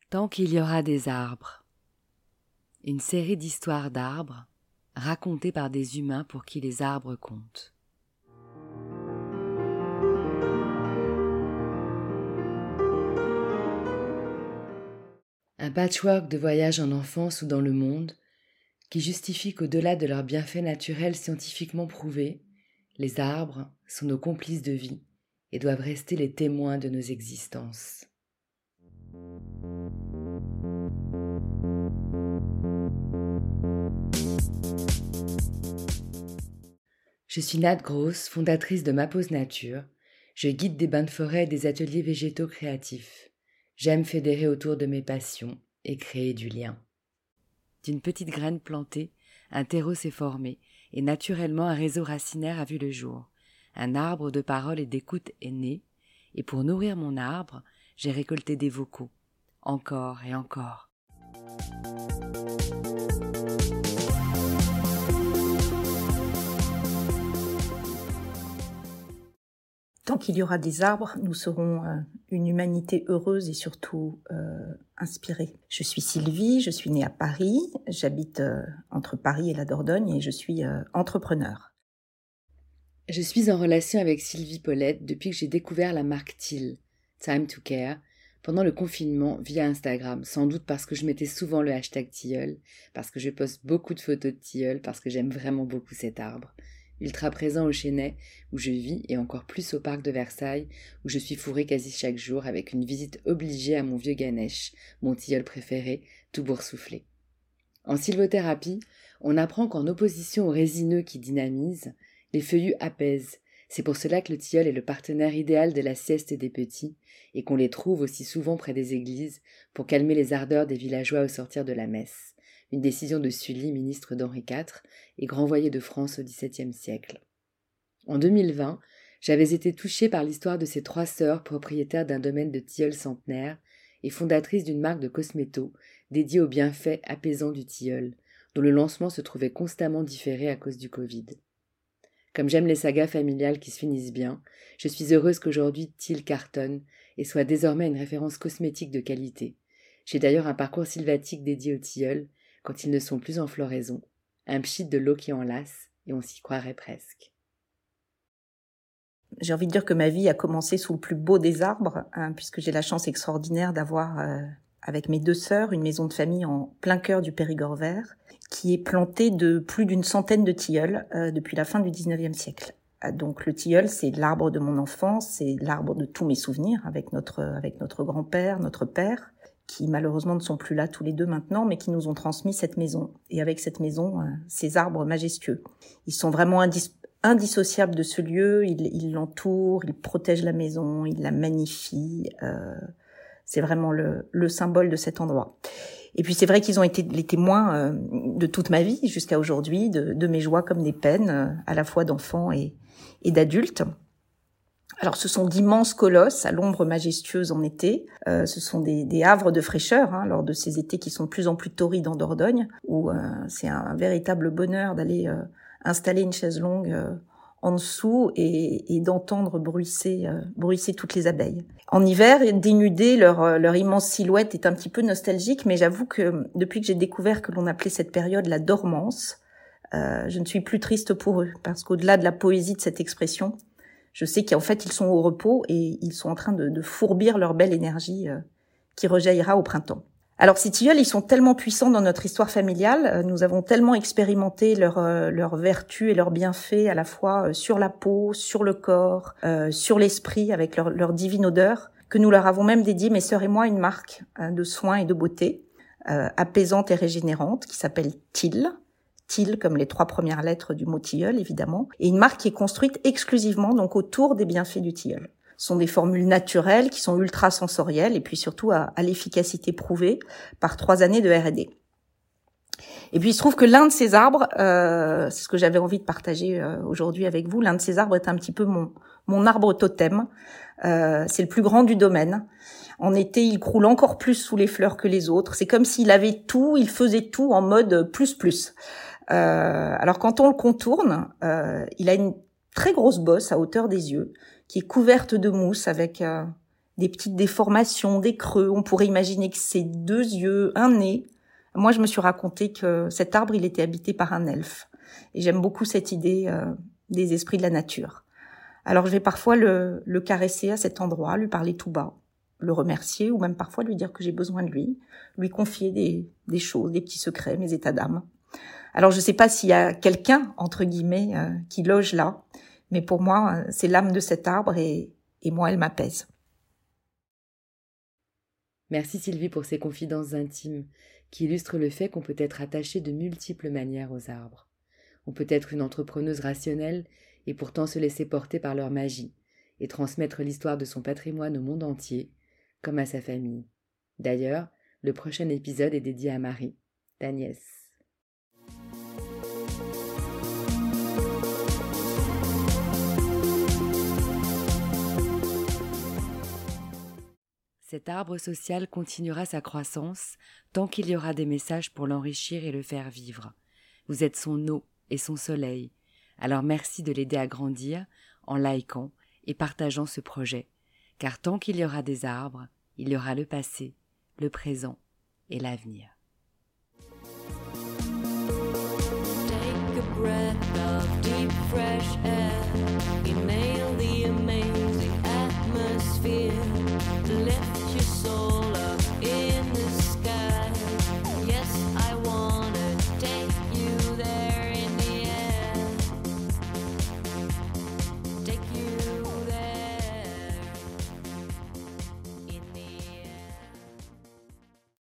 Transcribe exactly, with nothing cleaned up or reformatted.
Tant qu'il y aura des arbres. Une série d'histoires d'arbres racontées par des humains pour qui les arbres comptent. Un patchwork de voyages en enfance ou dans le monde qui justifie qu'au-delà de leurs bienfaits naturels scientifiquement prouvés, les arbres sont nos complices de vie et doivent rester les témoins de nos existences. Je suis Nat Gross, fondatrice de Ma Pause Nature. Je guide des bains de forêt et des ateliers végétaux créatifs. J'aime fédérer autour de mes passions et créer du lien. D'une petite graine plantée, un terreau s'est formé et naturellement un réseau racinaire a vu le jour. Un arbre de parole et d'écoute est né et pour nourrir mon arbre, j'ai récolté des vocaux. Encore et encore. Tant qu'il y aura des arbres, nous serons euh, une humanité heureuse et surtout euh, inspirée. Je suis Sylvie, je suis née à Paris, j'habite euh, entre Paris et la Dordogne et je suis euh, entrepreneur. Je suis en relation avec Sylvie Paulette depuis que j'ai découvert la marque Teal, Time to Care, pendant le confinement via Instagram, sans doute parce que je mettais souvent le hashtag tilleul, parce que je poste beaucoup de photos de tilleul, parce que j'aime vraiment beaucoup cet arbre. Ultra présent au Chesnay, où je vis, et encore plus au parc de Versailles, où je suis fourrée quasi chaque jour avec une visite obligée à mon vieux Ganesh, mon tilleul préféré, tout boursouflé. En sylvothérapie, on apprend qu'en opposition aux résineux qui dynamisent, les feuillus apaisent. C'est pour cela que le tilleul est le partenaire idéal de la sieste et des petits, et qu'on les trouve aussi souvent près des églises pour calmer les ardeurs des villageois au sortir de la messe. Une décision de Sully, ministre d'Henri quatre et grand-voyer de France au dix-septième siècle. En deux mille vingt, j'avais été touchée par l'histoire de ces trois sœurs propriétaires d'un domaine de tilleul centenaire et fondatrices d'une marque de cosméto dédiée aux bienfaits apaisants du tilleul, dont le lancement se trouvait constamment différé à cause du Covid. Comme j'aime les sagas familiales qui se finissent bien, je suis heureuse qu'aujourd'hui Teal cartonne et soit désormais une référence cosmétique de qualité. J'ai d'ailleurs un parcours sylvatique dédié au tilleul, quand ils ne sont plus en floraison, un pchit de l'eau qui enlace, et on s'y croirait presque. J'ai envie de dire que ma vie a commencé sous le plus beau des arbres, hein, puisque j'ai la chance extraordinaire d'avoir, euh, avec mes deux sœurs, une maison de famille en plein cœur du Périgord vert, qui est plantée de plus d'une centaine de tilleuls euh, depuis la fin du dix-neuvième siècle. Donc le tilleul, c'est l'arbre de mon enfance, c'est l'arbre de tous mes souvenirs, avec notre, avec notre grand-père, notre père, qui malheureusement ne sont plus là tous les deux maintenant, mais qui nous ont transmis cette maison. Et avec cette maison, euh, ces arbres majestueux. Ils sont vraiment indis- indissociables de ce lieu, ils, ils l'entourent, ils protègent la maison, ils la magnifient. Euh, c'est vraiment le, le symbole de cet endroit. Et puis c'est vrai qu'ils ont été les témoins euh, de toute ma vie jusqu'à aujourd'hui, de, de mes joies comme des peines, euh, à la fois d'enfants et, et d'adultes. Alors, ce sont d'immenses colosses à l'ombre majestueuse en été. Euh, ce sont des, des havres de fraîcheur hein, lors de ces étés qui sont de plus en plus torrides en Dordogne, où euh, c'est un, un véritable bonheur d'aller euh, installer une chaise longue euh, en dessous et, et d'entendre bruisser, euh, bruisser toutes les abeilles. En hiver, dénuder leur, leur immense silhouette est un petit peu nostalgique, mais j'avoue que depuis que j'ai découvert que l'on appelait cette période la dormance, euh, je ne suis plus triste pour eux, parce qu'au-delà de la poésie de cette expression, je sais qu'en fait, ils sont au repos et ils sont en train de, de fourbir leur belle énergie euh, qui rejaillira au printemps. Alors, ces tilleuls, ils sont tellement puissants dans notre histoire familiale. Euh, nous avons tellement expérimenté leurs euh, leur vertus et leurs bienfaits à la fois euh, sur la peau, sur le corps, euh, sur l'esprit, avec leur, leur divine odeur, que nous leur avons même dédié, mes sœurs et moi, une marque euh, de soins et de beauté euh, apaisante et régénérante qui s'appelle Teal. Teal comme les trois premières lettres du mot tilleul, évidemment, et une marque qui est construite exclusivement donc autour des bienfaits du tilleul. Ce sont des formules naturelles qui sont ultra sensorielles et puis surtout à, à l'efficacité prouvée par trois années de R et D. Et puis il se trouve que l'un de ces arbres, euh, c'est ce que j'avais envie de partager euh, aujourd'hui avec vous, l'un de ces arbres est un petit peu mon, mon arbre totem. Euh, c'est le plus grand du domaine. En été, il croule encore plus sous les fleurs que les autres. C'est comme s'il avait tout, il faisait tout en mode plus plus. Euh, alors quand on le contourne, euh, il a une très grosse bosse à hauteur des yeux, qui est couverte de mousse avec euh, des petites déformations, des creux. On pourrait imaginer que c'est deux yeux, un nez. Moi, je me suis raconté que cet arbre, il était habité par un elfe. Et j'aime beaucoup cette idée euh, des esprits de la nature. Alors, je vais parfois le, le caresser à cet endroit, lui parler tout bas, le remercier ou même parfois lui dire que j'ai besoin de lui, lui confier des, des choses, des petits secrets, mes états d'âme. Alors, je ne sais pas s'il y a quelqu'un, entre guillemets, euh, qui loge là, mais pour moi, c'est l'âme de cet arbre et, et moi, elle m'apaise. Merci Sylvie pour ces confidences intimes qui illustrent le fait qu'on peut être attaché de multiples manières aux arbres. On peut être une entrepreneuse rationnelle et pourtant se laisser porter par leur magie et transmettre l'histoire de son patrimoine au monde entier, comme à sa famille. D'ailleurs, le prochain épisode est dédié à Marie, ta nièce. Cet arbre social continuera sa croissance tant qu'il y aura des messages pour l'enrichir et le faire vivre. Vous êtes son eau et son soleil, alors merci de l'aider à grandir en likant et partageant ce projet, car tant qu'il y aura des arbres, il y aura le passé, le présent et l'avenir. Take a breath of deep fresh air.